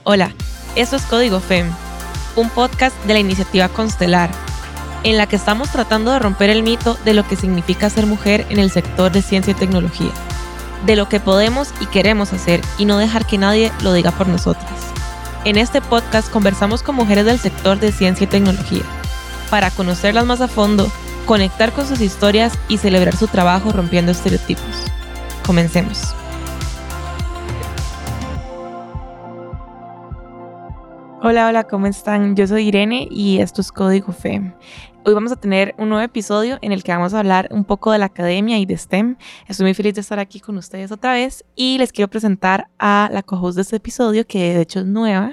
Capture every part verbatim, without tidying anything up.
Hola, esto es Código F E M, un podcast de la iniciativa Constelar, en la que estamos tratando de romper el mito de lo que significa ser mujer en el sector de ciencia y tecnología, de lo que podemos y queremos hacer y no dejar que nadie lo diga por nosotras. En este podcast conversamos con mujeres del sector de ciencia y tecnología, para conocerlas más a fondo, conectar con sus historias y celebrar su trabajo rompiendo estereotipos. Comencemos. Hola, hola, ¿cómo están? Yo soy Irene y esto es Código F E M. Hoy vamos a tener un nuevo episodio en el que vamos a hablar un poco de la academia y de STEM. Estoy muy feliz de estar aquí con ustedes otra vez y les quiero presentar a la co-host de este episodio, que de hecho es nueva,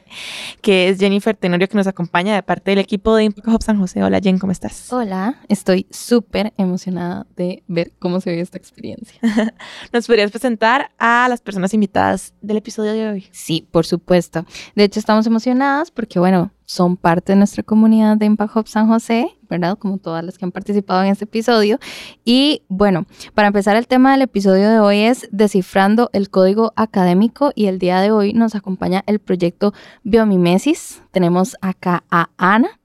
que es Jennifer Tenorio, que nos acompaña de parte del equipo de Impact Hub San José. Hola, Jen, ¿cómo estás? Hola, estoy súper emocionada de ver cómo se ve esta experiencia. ¿Nos podrías presentar a las personas invitadas del episodio de hoy? Sí, por supuesto. De hecho, estamos emocionadas porque, bueno, son parte de nuestra comunidad de Impact Hub San José, ¿verdad? Como todas las que han participado en este episodio. Y bueno, para empezar, el tema del episodio de hoy es descifrando el código académico y el día de hoy nos acompaña el proyecto Biomimesis. Tenemos acá a Ana.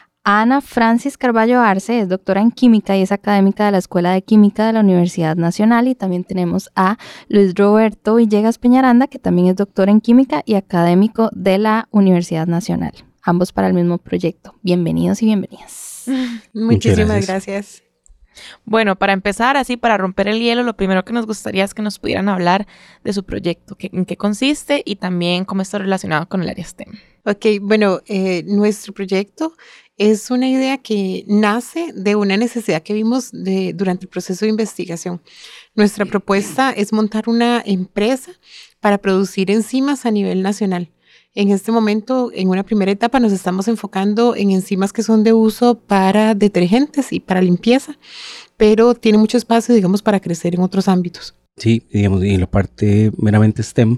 Ana Francis Carballo Arce es doctora en química y es académica de la Escuela de Química de la Universidad Nacional, y también tenemos a Luis Roberto Villegas Peñaranda, que también es doctor en química y académico de la Universidad Nacional, ambos para el mismo proyecto. Bienvenidos y bienvenidas. Muchísimas gracias. gracias. Bueno, para empezar, así para romper el hielo, lo primero que nos gustaría es que nos pudieran hablar de su proyecto, que, en qué consiste y también cómo está relacionado con el área STEM. Ok, bueno, eh, nuestro proyecto es una idea que nace de una necesidad que vimos de, durante el proceso de investigación. Nuestra propuesta es montar una empresa para producir enzimas a nivel nacional. En este momento, en una primera etapa, nos estamos enfocando en enzimas que son de uso para detergentes y para limpieza, pero tiene mucho espacio, digamos, para crecer en otros ámbitos. Sí, digamos, y en la parte meramente STEM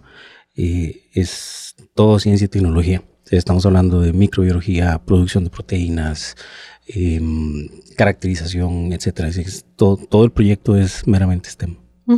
eh, es todo ciencia y tecnología. Estamos hablando de microbiología, producción de proteínas, eh, caracterización, etcétera. Es, todo, todo el proyecto es meramente STEM. Uh-huh.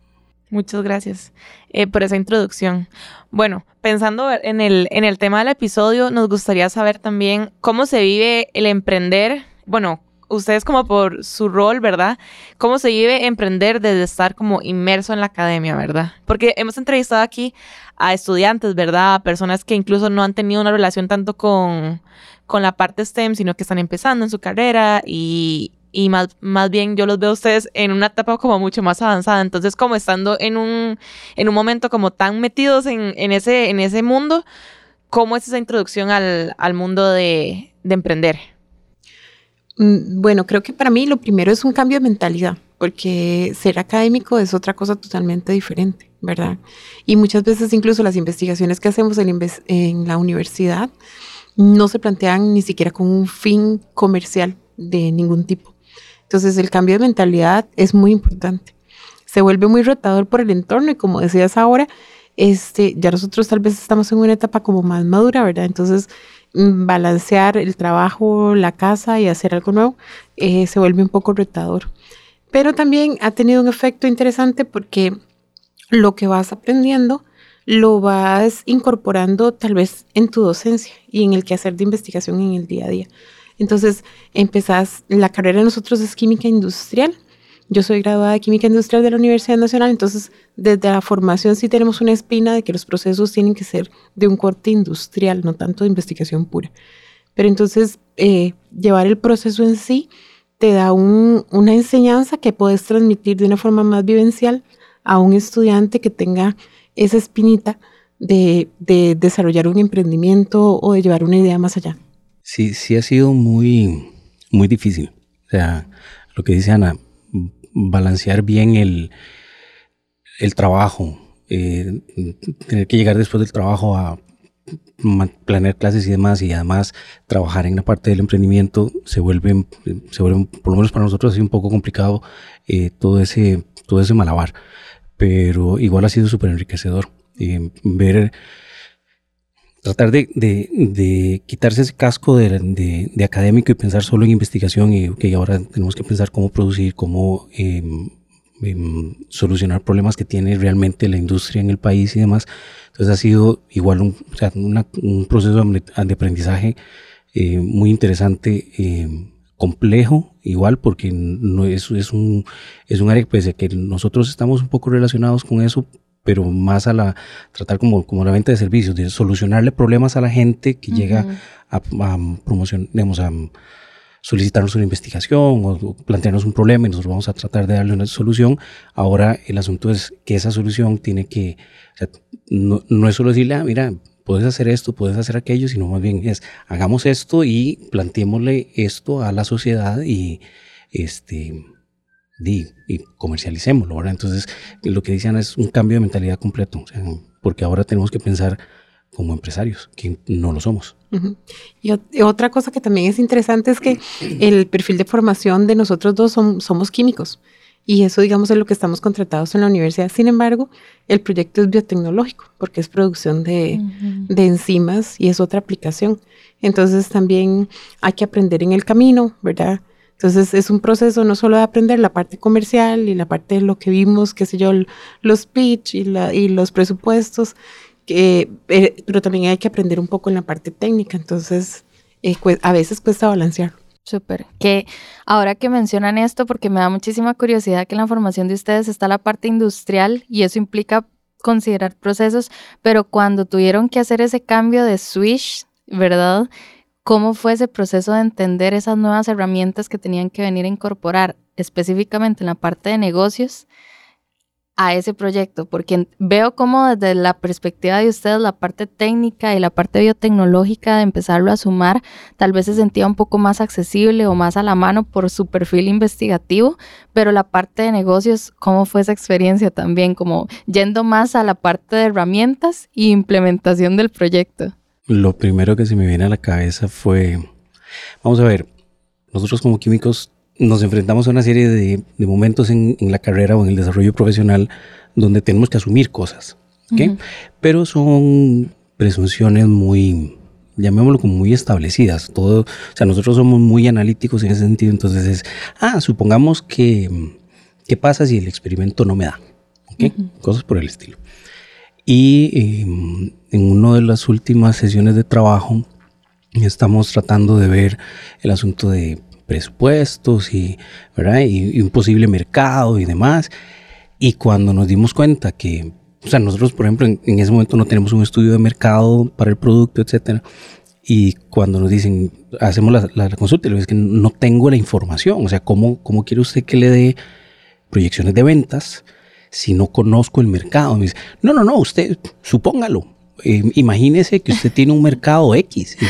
Muchas gracias eh, por esa introducción. Bueno, pensando en el, en el tema del episodio, nos gustaría saber también cómo se vive el emprender. Bueno, ustedes como por su rol, ¿verdad? ¿Cómo se vive emprender desde estar como inmerso en la academia, verdad? Porque hemos entrevistado aquí a estudiantes, ¿verdad? A personas que incluso no han tenido una relación tanto con, con la parte STEM, sino que están empezando en su carrera y... Y más, más bien yo los veo a ustedes en una etapa como mucho más avanzada. Entonces, como estando en un, en un momento como tan metidos en, en, ese, en ese mundo, ¿cómo es esa introducción al, al mundo de, de emprender? Bueno, creo que para mí lo primero es un cambio de mentalidad, porque ser académico es otra cosa totalmente diferente, ¿verdad? Y muchas veces incluso las investigaciones que hacemos en, en la universidad no se plantean ni siquiera con un fin comercial de ningún tipo. Entonces el cambio de mentalidad es muy importante. Se vuelve muy retador por el entorno y como decías ahora, este, ya nosotros tal vez estamos en una etapa como más madura, ¿verdad? Entonces balancear el trabajo, la casa y hacer algo nuevo eh, se vuelve un poco retador. Pero también ha tenido un efecto interesante porque lo que vas aprendiendo lo vas incorporando tal vez en tu docencia y en el quehacer de investigación en el día a día. Entonces, empezás, la carrera de nosotros es química industrial. Yo soy graduada de química industrial de la Universidad Nacional, entonces desde la formación sí tenemos una espina de que los procesos tienen que ser de un corte industrial, no tanto de investigación pura. Pero entonces, eh, llevar el proceso en sí te da un, una enseñanza que puedes transmitir de una forma más vivencial a un estudiante que tenga esa espinita de, de desarrollar un emprendimiento o de llevar una idea más allá. Sí, sí ha sido muy, muy difícil. O sea, lo que dice Ana, balancear bien el, el trabajo, eh, tener que llegar después del trabajo a planear clases y demás, y además trabajar en la parte del emprendimiento, se vuelve, se vuelve por lo menos para nosotros, así un poco complicado eh, todo ese, todo ese malabar. Pero igual ha sido súper enriquecedor eh, ver... Tratar de, de, de quitarse ese casco de, de, de académico y pensar solo en investigación y que okay, ahora tenemos que pensar cómo producir, cómo eh, eh, solucionar problemas que tiene realmente la industria en el país y demás. Entonces ha sido igual un, o sea, una, un proceso de aprendizaje eh, muy interesante, eh, complejo, igual, porque no es, es, un, es un área que, pese a que nosotros estamos un poco relacionados con eso, pero más a la, tratar como, como la venta de servicios, de solucionarle problemas a la gente que uh-huh. llega a, a promocionar, digamos, a solicitarnos una investigación o, o plantearnos un problema y nosotros vamos a tratar de darle una solución. Ahora el asunto es que esa solución tiene que, o sea, no, no es solo decirle, ah, mira, puedes hacer esto, puedes hacer aquello, sino más bien es, hagamos esto y planteémosle esto a la sociedad y, este, y, y comercialicémoslo, ¿verdad? Entonces, lo que dicen es un cambio de mentalidad completo, o sea, porque ahora tenemos que pensar como empresarios, que no lo somos. Uh-huh. Y, o- y otra cosa que también es interesante es que el perfil de formación de nosotros dos son, somos químicos. Y eso, digamos, es lo que estamos contratados en la universidad. Sin embargo, el proyecto es biotecnológico, porque es producción de, uh-huh. de enzimas y es otra aplicación. Entonces, también hay que aprender en el camino, ¿verdad? Entonces, es un proceso no solo de aprender la parte comercial y la parte de lo que vimos, qué sé yo, los pitch y, la, y los presupuestos, que, eh, pero también hay que aprender un poco en la parte técnica. Entonces, eh, cu- a veces cuesta balancear. Súper. Que ahora que mencionan esto, porque me da muchísima curiosidad que en la formación de ustedes está la parte industrial y eso implica considerar procesos, pero cuando tuvieron que hacer ese cambio de switch, ¿verdad? ¿Cómo fue ese proceso de entender esas nuevas herramientas que tenían que venir a incorporar específicamente en la parte de negocios a ese proyecto? Porque veo como desde la perspectiva de ustedes la parte técnica y la parte biotecnológica de empezarlo a sumar tal vez se sentía un poco más accesible o más a la mano por su perfil investigativo, pero la parte de negocios, ¿cómo fue esa experiencia también? Como yendo más a la parte de herramientas y implementación del proyecto. Lo primero que se me viene a la cabeza fue, vamos a ver, nosotros como químicos nos enfrentamos a una serie de, de momentos en, en la carrera o en el desarrollo profesional donde tenemos que asumir cosas, ¿okay? Uh-huh. Pero son presunciones muy, llamémoslo como muy establecidas. Todo, o sea, nosotros somos muy analíticos en ese sentido, entonces es, ah, supongamos que, ¿qué pasa si el experimento no me da? ¿Okay? Uh-huh. Cosas por el estilo. Y eh, en una de las últimas sesiones de trabajo estamos tratando de ver el asunto de presupuestos y, ¿verdad? Y, y un posible mercado y demás. Y cuando nos dimos cuenta que, o sea, nosotros, por ejemplo, en, en ese momento no tenemos un estudio de mercado para el producto, etcétera. Y cuando nos dicen, hacemos la, la, la consulta, y le digo, es que no tengo la información. O sea, ¿cómo, cómo quiere usted que le dé proyecciones de ventas si no conozco el mercado? Me dice, no, no, no, usted supóngalo. Eh, imagínese que usted tiene un mercado X. Y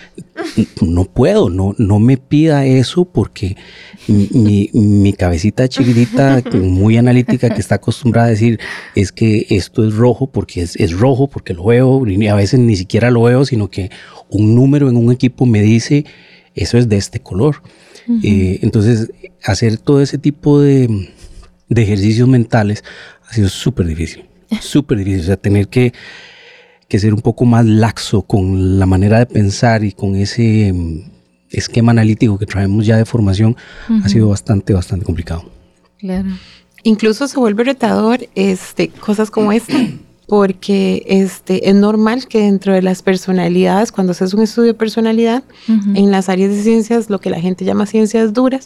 yo, no puedo, no, no me pida eso porque mi, mi cabecita chiquitita, muy analítica, que está acostumbrada a decir es que esto es rojo porque es, es rojo, porque lo veo, y a veces ni siquiera lo veo, sino que un número en un equipo me dice eso es de este color. Uh-huh. Eh, entonces, hacer todo ese tipo de, de ejercicios mentales ha sido súper difícil, súper difícil. O sea, tener que que ser un poco más laxo con la manera de pensar y con ese um, esquema analítico que traemos ya de formación, uh-huh. ha sido bastante, bastante complicado. Claro. Incluso se vuelve retador este, cosas como esta, porque este, es normal que dentro de las personalidades, cuando haces un estudio de personalidad, uh-huh. en las áreas de ciencias, lo que la gente llama ciencias duras,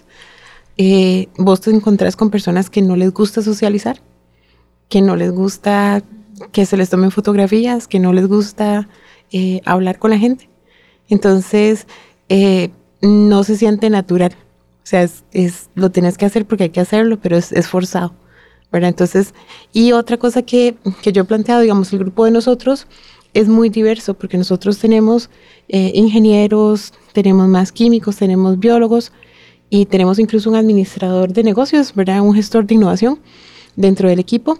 eh, vos te encontrás con personas que no les gusta socializar, que no les gusta que se les tomen fotografías, que no les gusta eh, hablar con la gente. Entonces, eh, no se siente natural. O sea, es, es, lo tienes que hacer porque hay que hacerlo, pero es, es forzado, ¿verdad? Entonces, y otra cosa que, que yo he planteado, digamos, el grupo de nosotros es muy diverso, porque nosotros tenemos eh, ingenieros, tenemos más químicos, tenemos biólogos, y tenemos incluso un administrador de negocios, ¿verdad? Un gestor de innovación dentro del equipo.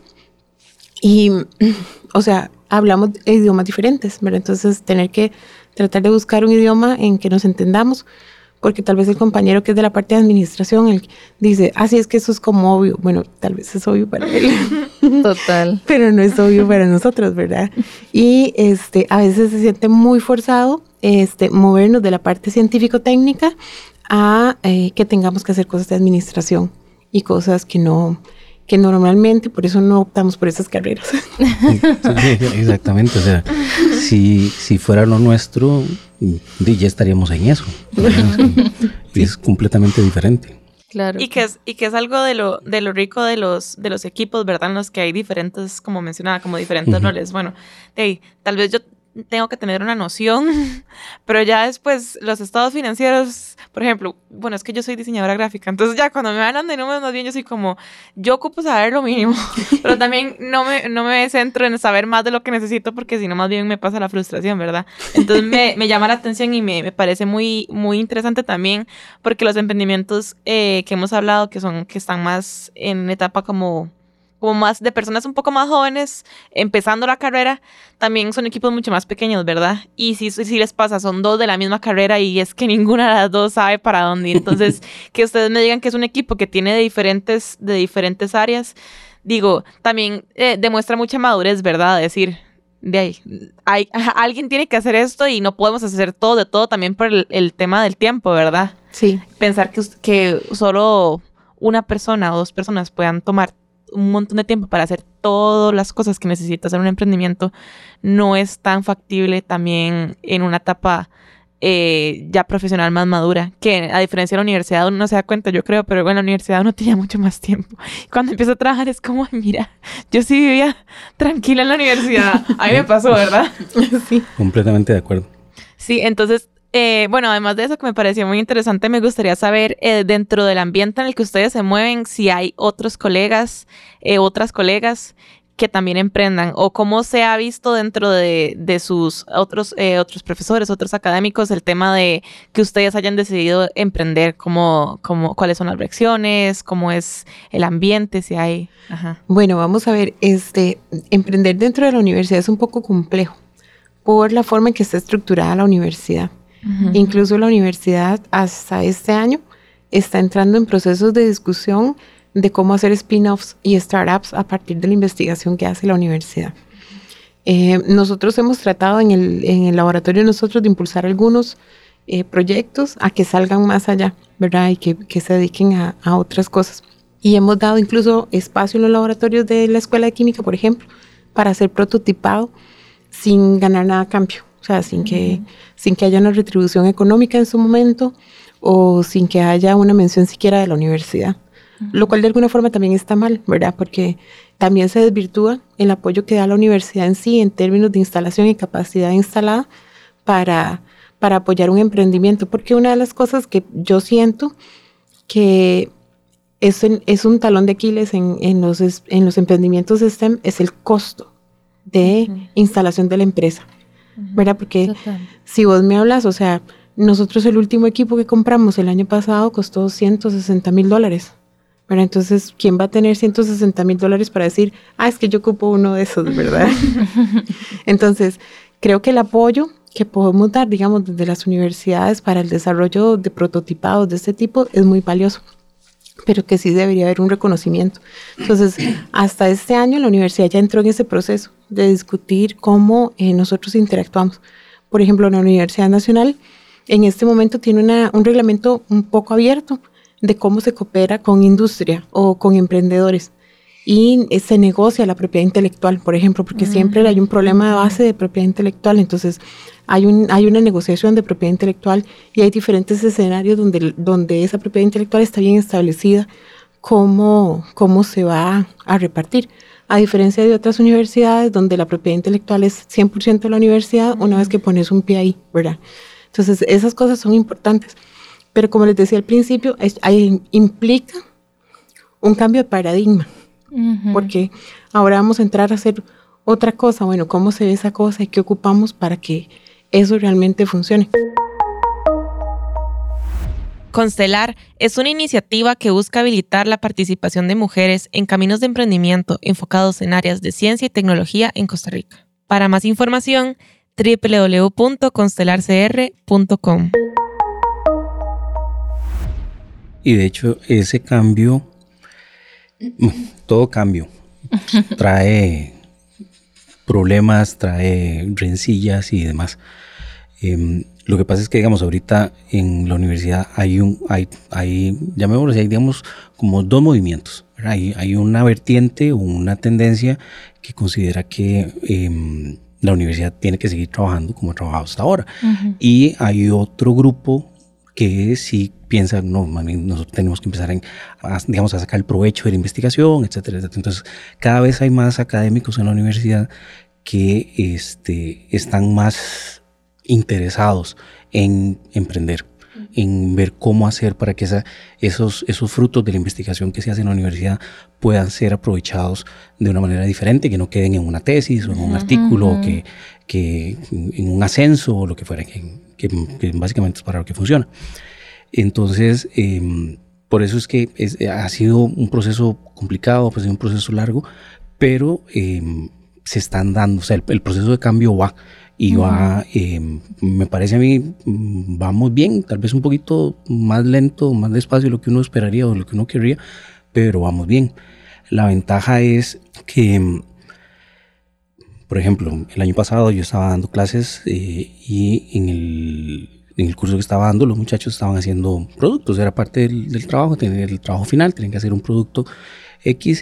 Y, o sea, hablamos idiomas diferentes, ¿verdad? Entonces, tener que tratar de buscar un idioma en que nos entendamos, porque tal vez el compañero que es de la parte de administración, él dice, ah, sí, es que eso es como obvio. Bueno, tal vez es obvio para él. Total. Pero no es obvio para nosotros, ¿verdad? Y este, a veces se siente muy forzado este, movernos de la parte científico-técnica a eh, que tengamos que hacer cosas de administración y cosas que no... que normalmente por eso no optamos por esas carreras. Sí, exactamente, o sea, si, si fuera lo nuestro, ya estaríamos en eso. Sí. Es completamente diferente. Claro. Y que es, y que es algo de lo, de lo rico de los, de los equipos, ¿verdad? En los que hay diferentes, como mencionaba, como diferentes uh-huh. roles. Bueno, hey, tal vez yo tengo que tener una noción, pero ya después los estados financieros, por ejemplo, bueno, es que yo soy diseñadora gráfica, entonces ya cuando me hablan de números más bien yo soy como, yo ocupo saber lo mínimo, pero también no me, no me centro en saber más de lo que necesito porque si no más bien me pasa la frustración, ¿verdad? Entonces me, me llama la atención y me, me parece muy, muy interesante también porque los emprendimientos eh, que hemos hablado que son, que están más en etapa como... como más de personas un poco más jóvenes, empezando la carrera, también son equipos mucho más pequeños, ¿verdad? Y si, si les pasa, son dos de la misma carrera y es que ninguna de las dos sabe para dónde ir. Entonces, que ustedes me digan que es un equipo que tiene de diferentes, de diferentes áreas, digo, también eh, demuestra mucha madurez, ¿verdad? Decir, de ahí, hay, alguien tiene que hacer esto y no podemos hacer todo de todo también por el, el tema del tiempo, ¿verdad? Sí. Pensar que, que solo una persona o dos personas puedan tomar un montón de tiempo para hacer todas las cosas que necesita hacer un emprendimiento no es tan factible también en una etapa eh, ya profesional más madura, que a diferencia de la universidad uno no se da cuenta, yo creo, pero en la universidad uno tenía mucho más tiempo. Cuando empieza a trabajar es como, mira, yo sí vivía tranquila en la universidad. A mí me pasó, ¿verdad? Sí. Completamente de acuerdo. Sí, entonces... Eh, bueno, además de eso que me pareció muy interesante, me gustaría saber eh, dentro del ambiente en el que ustedes se mueven, si hay otros colegas, eh, otras colegas que también emprendan o cómo se ha visto dentro de, de sus otros, eh, otros profesores, otros académicos, el tema de que ustedes hayan decidido emprender, cómo, cómo, cuáles son las reacciones, cómo es el ambiente, si hay... Ajá. Bueno, vamos a ver, este, emprender dentro de la universidad es un poco complejo por la forma en que está estructurada la universidad. Uh-huh. Incluso la universidad hasta este año está entrando en procesos de discusión de cómo hacer spin-offs y startups a partir de la investigación que hace la universidad. Eh, nosotros hemos tratado en el, en el laboratorio nosotros de impulsar algunos eh, proyectos a que salgan más allá, ¿verdad? Y que, que se dediquen a, a otras cosas. Y hemos dado incluso espacio en los laboratorios de la Escuela de Química, por ejemplo, para hacer prototipado sin ganar nada a cambio. O sea, sin que, uh-huh. sin que haya una retribución económica en su momento o sin que haya una mención siquiera de la universidad. Uh-huh. Lo cual de alguna forma también está mal, ¿verdad? Porque también se desvirtúa el apoyo que da la universidad en sí en términos de instalación y capacidad instalada para, para apoyar un emprendimiento. Porque una de las cosas que yo siento que es, en, es un talón de Aquiles en, en, los, en los emprendimientos de STEM es el costo de uh-huh. instalación de la empresa. ¿Verdad? Porque Total. Si vos me hablas, o sea, nosotros el último equipo que compramos el año pasado costó ciento sesenta mil dólares. ¿Verdad? Entonces, ¿quién va a tener ciento sesenta mil dólares para decir, ah, es que yo ocupo uno de esos, ¿verdad? Entonces, creo que el apoyo que podemos dar, digamos, desde las universidades para el desarrollo de prototipados de este tipo es muy valioso, pero que sí debería haber un reconocimiento. Entonces, hasta este año la universidad ya entró en ese proceso de discutir cómo eh, nosotros interactuamos. Por ejemplo, la Universidad Nacional en este momento tiene una, un reglamento un poco abierto de cómo se coopera con industria o con emprendedores y eh, se negocia la propiedad intelectual, por ejemplo, porque uh-huh. siempre hay un problema de base de propiedad intelectual. Entonces, hay, un, hay una negociación de propiedad intelectual y hay diferentes escenarios donde, donde esa propiedad intelectual está bien establecida, cómo, cómo se va a repartir. A diferencia de otras universidades donde la propiedad intelectual es cien por ciento de la universidad, una vez que pones un pie ahí, ¿verdad? Entonces, esas cosas son importantes. Pero como les decía al principio, es, hay, implica un cambio de paradigma. Uh-huh. Porque ahora vamos a entrar a hacer otra cosa. Bueno, ¿cómo se ve esa cosa y qué ocupamos para que eso realmente funcione? Constelar es una iniciativa que busca habilitar la participación de mujeres en caminos de emprendimiento enfocados en áreas de ciencia y tecnología en Costa Rica. Para más información, doble u doble u doble u punto constelar c r punto com. Y de hecho, ese cambio, todo cambio, trae problemas, trae rencillas y demás. Eh, Lo que pasa es que, digamos, ahorita en la universidad hay un, hay, hay llamémoslo así, hay, digamos, como dos movimientos, ¿verdad? Hay, hay una vertiente o una tendencia que considera que eh, la universidad tiene que seguir trabajando como ha trabajado hasta ahora. Uh-huh. Y hay otro grupo que sí piensa, no, mami, nosotros tenemos que empezar a, a, digamos, a sacar el provecho de la investigación, etcétera, etcétera. Entonces, cada vez hay más académicos en la universidad que este, están más interesados en emprender, en ver cómo hacer para que esa, esos, esos frutos de la investigación que se hace en la universidad puedan ser aprovechados de una manera diferente, que no queden en una tesis o en un uh-huh. artículo, o que, que en un ascenso o lo que fuera, que, que, que básicamente es para lo que funciona. Entonces, eh, por eso es que es, ha sido un proceso complicado, pues, un proceso largo, pero eh, se están dando, o sea, el, el proceso de cambio va. Y uh-huh. va, eh, me parece a mí, vamos bien, tal vez un poquito más lento, más despacio de lo que uno esperaría o de lo que uno querría, pero vamos bien. La ventaja es que, por ejemplo, el año pasado yo estaba dando clases eh, y en el, en el curso que estaba dando los muchachos estaban haciendo productos, era parte del, del trabajo, tener el trabajo final, tenían que hacer un producto X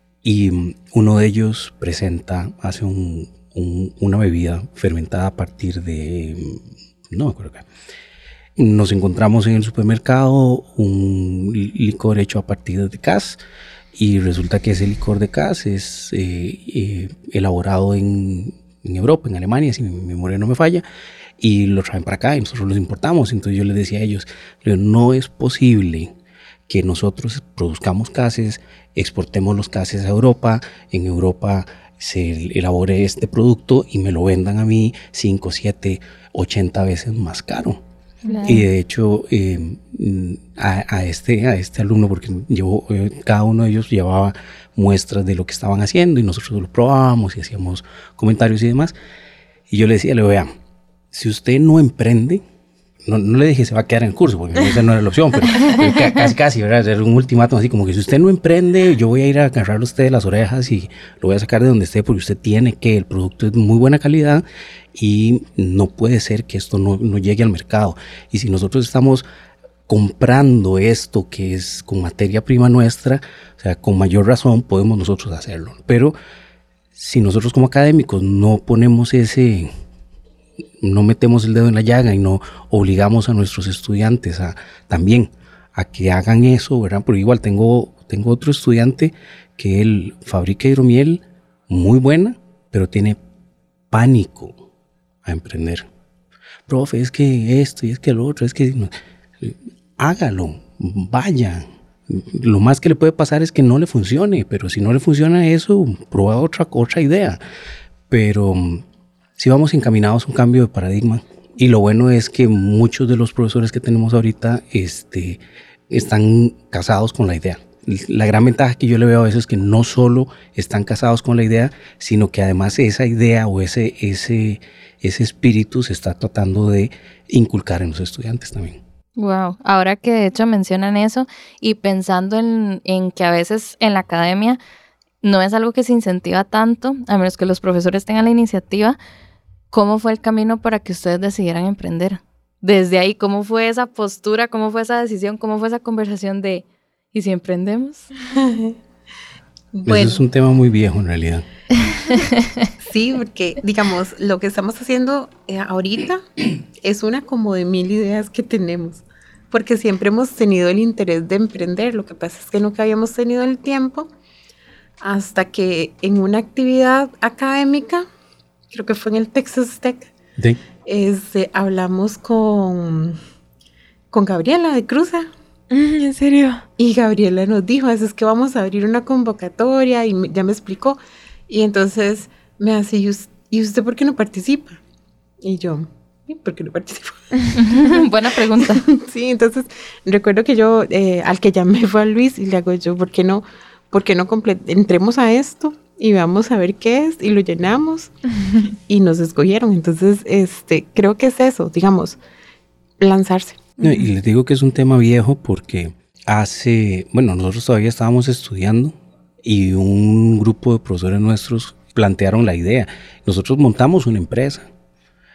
y uno de ellos presenta, hace un Un, una bebida fermentada a partir de, no me acuerdo qué. Nos encontramos en el supermercado un licor hecho a partir de cas y resulta que ese licor de cas es eh, eh, elaborado en, en Europa, en Alemania, si mi memoria no me falla, y lo traen para acá y nosotros los importamos. Entonces yo les decía a ellos, no es posible que nosotros produzcamos cases, exportemos los cases a Europa, en Europa se elabore este producto y me lo vendan a mí cinco, siete, ochenta veces más caro. Claro. Y de hecho eh, a, a, este, a este alumno, porque llevó, eh, cada uno de ellos llevaba muestras de lo que estaban haciendo y nosotros lo probábamos y hacíamos comentarios y demás, y yo le decía, le vea, si usted no emprende, No, no le dije se va a quedar en el curso, porque esa no era la opción, pero, pero casi, casi, ¿verdad? Era un ultimátum así como que si usted no emprende, yo voy a ir a agarrarle a usted las orejas y lo voy a sacar de donde esté, porque usted tiene que, el producto es de muy buena calidad y no puede ser que esto no, no llegue al mercado. Y si nosotros estamos comprando esto que es con materia prima nuestra, o sea, con mayor razón podemos nosotros hacerlo. Pero si nosotros como académicos no ponemos ese... no metemos el dedo en la llaga y no obligamos a nuestros estudiantes a también a que hagan eso, ¿verdad? Porque igual tengo, tengo otro estudiante que él fabrica hidromiel muy buena, pero tiene pánico a emprender. Profe, es que esto y es que lo otro, es que no, hágalo, vaya. Lo más que le puede pasar es que no le funcione, pero si no le funciona eso, prueba otra, otra idea. Pero sí vamos encaminados a un cambio de paradigma, y lo bueno es que muchos de los profesores que tenemos ahorita este, están casados con la idea. La gran ventaja que yo le veo a veces es que no solo están casados con la idea, sino que además esa idea o ese, ese, ese espíritu se está tratando de inculcar en los estudiantes también. Wow, ahora que de hecho mencionan eso y pensando en, en que a veces en la academia no es algo que se incentiva tanto, a menos que los profesores tengan la iniciativa. ¿Cómo fue el camino para que ustedes decidieran emprender? Desde ahí, ¿cómo fue esa postura? ¿Cómo fue esa decisión? ¿Cómo fue esa conversación de ¿y si emprendemos? Bueno. Eso es un tema muy viejo en realidad. Sí, porque digamos, lo que estamos haciendo eh, ahorita es una como de mil ideas que tenemos, porque siempre hemos tenido el interés de emprender. Lo que pasa es que nunca habíamos tenido el tiempo hasta que en una actividad académica, creo que fue en el Texas Tech, sí. este, hablamos con, con Gabriela de Cruza. ¿En serio? Y Gabriela nos dijo, es que vamos a abrir una convocatoria, y me, ya me explicó. Y entonces me hace, ¿y usted, ¿y usted por qué no participa? Y yo, ¿por qué no participo? Buena pregunta. Sí, entonces recuerdo que yo, eh, al que llamé fue a Luis y le hago yo, ¿por qué no, por qué no comple- entremos a esto y vamos a ver qué es? Y lo llenamos y nos escogieron. Entonces, este, creo que es eso, digamos, lanzarse. No, y les digo que es un tema viejo porque hace, bueno, nosotros todavía estábamos estudiando y un grupo de profesores nuestros plantearon la idea. Nosotros montamos una empresa,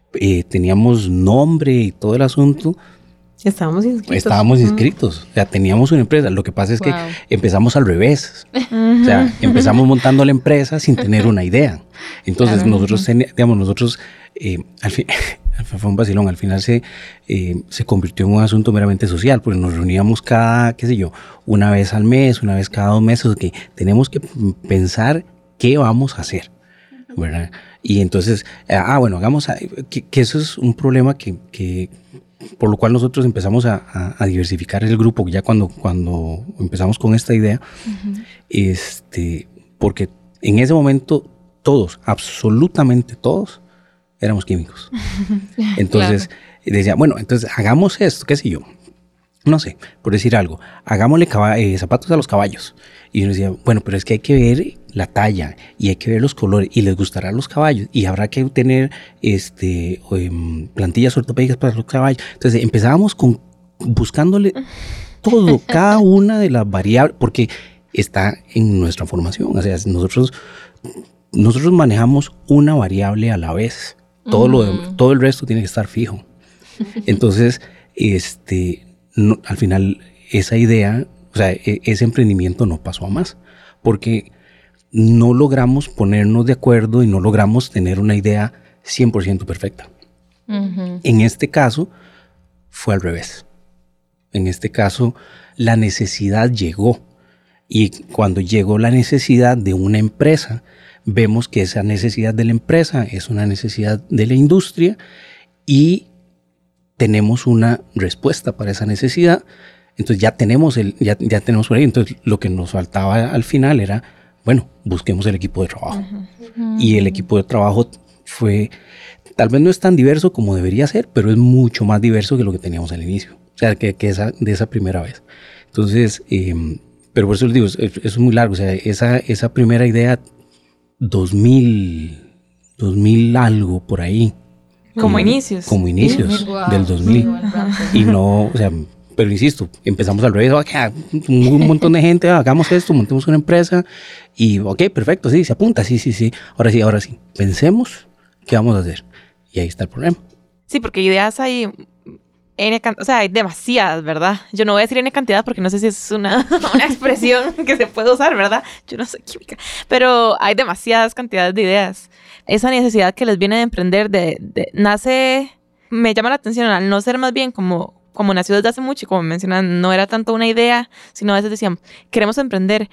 eh, teníamos nombre y todo el asunto. Estábamos inscritos. Estábamos inscritos, o sea, teníamos una empresa. Lo que pasa es Wow. que empezamos al revés. O sea, empezamos montando la empresa sin tener una idea. Entonces, Claro. nosotros, teni- digamos, nosotros, eh, al fin, fue un vacilón, al final se, eh, se convirtió en un asunto meramente social, porque nos reuníamos cada, qué sé yo, una vez al mes, una vez cada dos meses, que tenemos que pensar qué vamos a hacer, ¿verdad? Y entonces, ah, bueno, hagamos, a- que, que eso es un problema que, que por lo cual nosotros empezamos a, a, a diversificar el grupo ya cuando, cuando empezamos con esta idea, uh-huh. este, porque en ese momento todos, absolutamente todos, éramos químicos. Entonces, claro. decía, bueno, entonces hagamos esto, qué sé yo, no sé, por decir algo, hagámosle caba- eh, zapatos a los caballos. Y uno decía, bueno, pero es que hay que ver la talla y hay que ver los colores y les gustarán los caballos y habrá que tener este, um, plantillas ortopédicas para los caballos. Entonces empezábamos con buscándole todo, cada una de las variables, porque está en nuestra formación. O sea, nosotros, nosotros manejamos una variable a la vez. Todo, mm. lo, todo el resto tiene que estar fijo. Entonces, este, no, al final, esa idea, o sea, e- ese emprendimiento no pasó a más, porque no logramos ponernos de acuerdo y no logramos tener una idea cien por ciento perfecta. Uh-huh. En este caso, fue al revés. En este caso, la necesidad llegó. Y cuando llegó la necesidad de una empresa, vemos que esa necesidad de la empresa es una necesidad de la industria y tenemos una respuesta para esa necesidad. Entonces ya tenemos el, ya, ya tenemos por ahí. Entonces lo que nos faltaba al final era, bueno, busquemos el equipo de trabajo. Uh-huh. Y el equipo de trabajo fue, tal vez no es tan diverso como debería ser, pero es mucho más diverso que lo que teníamos al inicio. O sea, que, que esa, de esa primera vez. Entonces, eh, pero por eso les digo, es, es muy largo. O sea, esa, esa primera idea, dos mil, dos mil algo por ahí. Como eh, inicios. Como inicios wow. del dos mil. Sí, y no, o sea, pero insisto, empezamos al revés, okay, un montón de gente, hagamos esto, montemos una empresa y ok, perfecto, sí, se apunta, sí, sí, sí. Ahora sí, ahora sí, pensemos qué vamos a hacer. Y ahí está el problema. Sí, porque ideas hay, N, o sea, hay demasiadas, ¿verdad? Yo no voy a decir N cantidad porque no sé si es una, una expresión que se puede usar, ¿verdad? Yo no soy química, pero hay demasiadas cantidades de ideas. Esa necesidad que les viene de emprender, de, de, nace, me llama la atención al no ser más bien como... como nació desde hace mucho y como mencionan, no era tanto una idea, sino a veces decían, queremos emprender.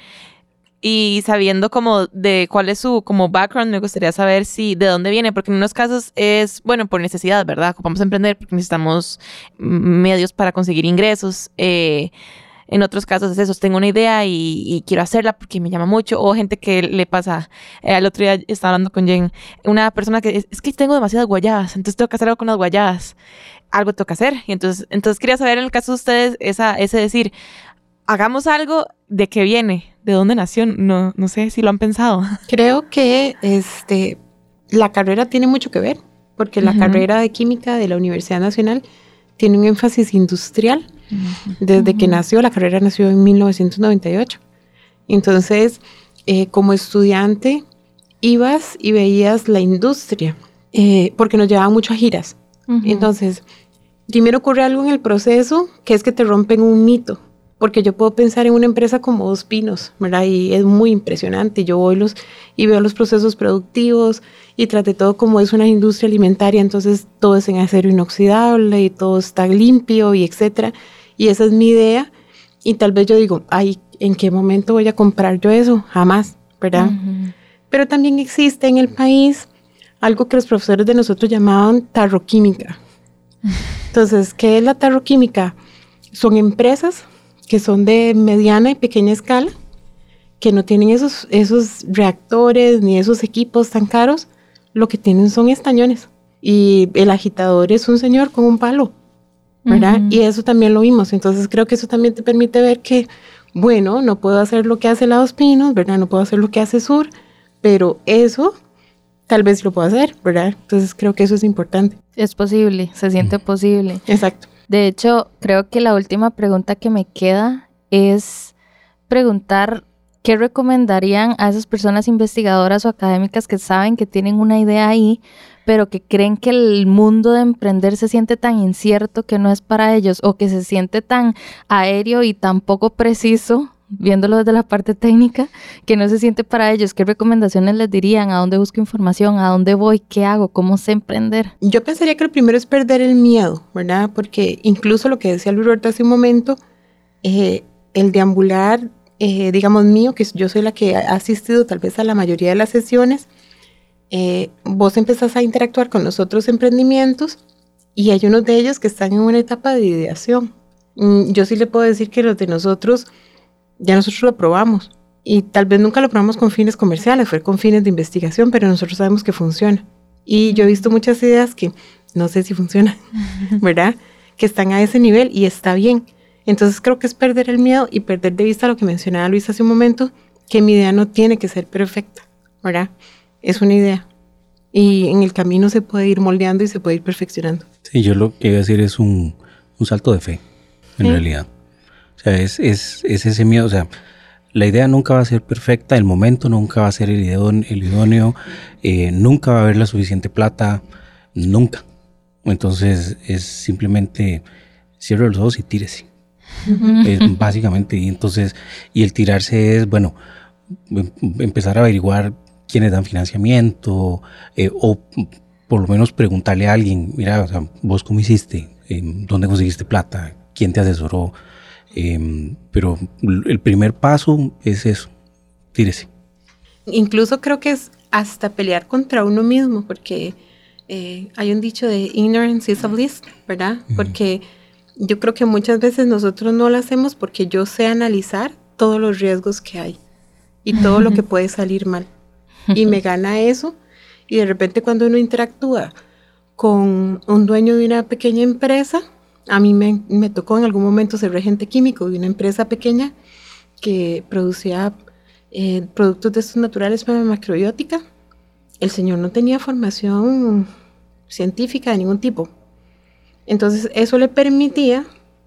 Y sabiendo como de cuál es su como background, me gustaría saber si de dónde viene, porque en unos casos es, bueno, por necesidad, ¿verdad? Vamos a emprender porque necesitamos medios para conseguir ingresos. Eh, en otros casos es eso, tengo una idea y, y quiero hacerla porque me llama mucho. O gente que le pasa, eh, el otro día estaba hablando con Jen, una persona que es, es que tengo demasiadas guayabas, entonces tengo que hacer algo con las guayabas. Algo tengo que hacer. Y entonces, entonces quería saber en el caso de ustedes, esa, ese decir, hagamos algo, ¿de qué viene? ¿De dónde nació? No, no sé si lo han pensado. Creo que este, la carrera tiene mucho que ver, porque la uh-huh. carrera de química de la Universidad Nacional tiene un énfasis industrial. Uh-huh. Desde uh-huh. que nació, la carrera nació en mil novecientos noventa y ocho. Entonces, eh, como estudiante, ibas y veías la industria, eh, porque nos llevaban mucho a giras. Uh-huh. Entonces, primero ocurre algo en el proceso, que es que te rompen un mito, porque yo puedo pensar en una empresa como Dos Pinos, ¿verdad? Y es muy impresionante. Yo voy los, y veo los procesos productivos y trate todo como es una industria alimentaria, entonces todo es en acero inoxidable y todo está limpio y etcétera. Y esa es mi idea. Y tal vez yo digo, ay, ¿en qué momento voy a comprar yo eso? Jamás, ¿verdad? Uh-huh. Pero también existe en el país algo que los profesores de nosotros llamaban tarroquímica. Entonces, ¿qué es la tarroquímica? Son empresas que son de mediana y pequeña escala, que no tienen esos, esos reactores ni esos equipos tan caros, lo que tienen son estañones. Y el agitador es un señor con un palo, ¿verdad? Uh-huh. Y eso también lo vimos. Entonces, creo que eso también te permite ver que, bueno, no puedo hacer lo que hace la Dos Pinos, ¿verdad? No puedo hacer lo que hace Sur, pero eso... tal vez lo puedo hacer, ¿verdad? Entonces creo que eso es importante. Es posible, se siente posible. Exacto. De hecho, creo que la última pregunta que me queda es preguntar qué recomendarían a esas personas investigadoras o académicas que saben que tienen una idea ahí, pero que creen que el mundo de emprender se siente tan incierto que no es para ellos, o que se siente tan aéreo y tan poco preciso, viéndolo desde la parte técnica, que no se siente para ellos. ¿Qué recomendaciones les dirían? ¿A dónde busco información? ¿A dónde voy? ¿Qué hago? ¿Cómo sé emprender? Yo pensaría que lo primero es perder el miedo, ¿verdad? Porque incluso lo que decía Luis Roberto hace un momento, eh, el deambular, eh, digamos mío, que yo soy la que ha asistido tal vez a la mayoría de las sesiones, eh, vos empezás a interactuar con los otros emprendimientos y hay unos de ellos que están en una etapa de ideación. Mm, yo sí le puedo decir que los de nosotros, ya nosotros lo probamos y tal vez nunca lo probamos con fines comerciales, fue con fines de investigación, pero nosotros sabemos que funciona. Y yo he visto muchas ideas que no sé si funcionan, ¿verdad? Que están a ese nivel y está bien. Entonces creo que es perder el miedo y perder de vista lo que mencionaba Luis hace un momento, que mi idea no tiene que ser perfecta, ¿verdad? Es una idea. Y en el camino se puede ir moldeando y se puede ir perfeccionando. Sí, yo lo que iba a decir es un, un salto de fe, en ¿Sí? realidad. O sea, es, es, es ese miedo, o sea, la idea nunca va a ser perfecta, el momento nunca va a ser el idóneo, el idóneo eh, nunca va a haber la suficiente plata, nunca. Entonces es simplemente cierre los ojos y tírese. Es básicamente, y entonces, y el tirarse es, bueno, em, empezar a averiguar quiénes dan financiamiento, eh, o por lo menos preguntarle a alguien, mira, o sea, vos cómo hiciste, eh, dónde conseguiste plata, quién te asesoró, eh, pero el primer paso es eso, tírese. Incluso creo que es hasta pelear contra uno mismo, porque eh, hay un dicho de ignorance is a bliss, ¿verdad? Uh-huh. Porque yo creo que muchas veces nosotros no lo hacemos porque yo sé analizar todos los riesgos que hay y todo lo que puede salir mal. Y me gana eso. Y de repente cuando uno interactúa con un dueño de una pequeña empresa, a mí me, me tocó en algún momento ser regente químico de una empresa pequeña que producía eh, productos de estos naturales para macrobiótica. El señor no tenía formación científica de ningún tipo. Entonces eso le permitía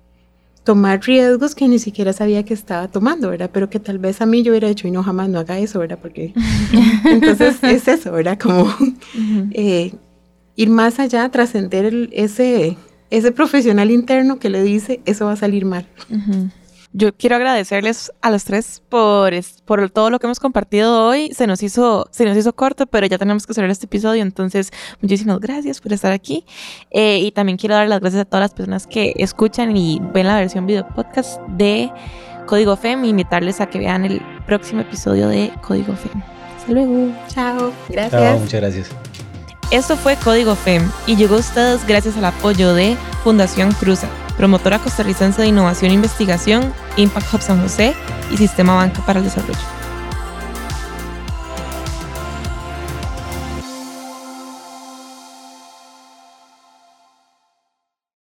tomar riesgos que ni siquiera sabía que estaba tomando, ¿verdad? Pero que tal vez a mí yo hubiera hecho y no, jamás no haga eso, ¿verdad? Porque entonces es eso, ¿verdad? Como uh-huh. eh, ir más allá, trascender el, ese, ese profesional interno que le dice eso va a salir mal. Uh-huh. Yo quiero agradecerles a los tres por, por todo lo que hemos compartido hoy. Se nos hizo, se nos hizo corto, pero ya tenemos que cerrar este episodio. Entonces, muchísimas gracias por estar aquí. Eh, y también quiero dar las gracias a todas las personas que escuchan y ven la versión video podcast de Código F E M. Y invitarles a que vean el próximo episodio de Código F E M. Hasta luego. Chao. Gracias. Chao, muchas gracias. Esto fue Código F E M y llegó a ustedes gracias al apoyo de Fundación Cruza, promotora costarricense de innovación e investigación, Impact Hub San José y Sistema Banca para el Desarrollo.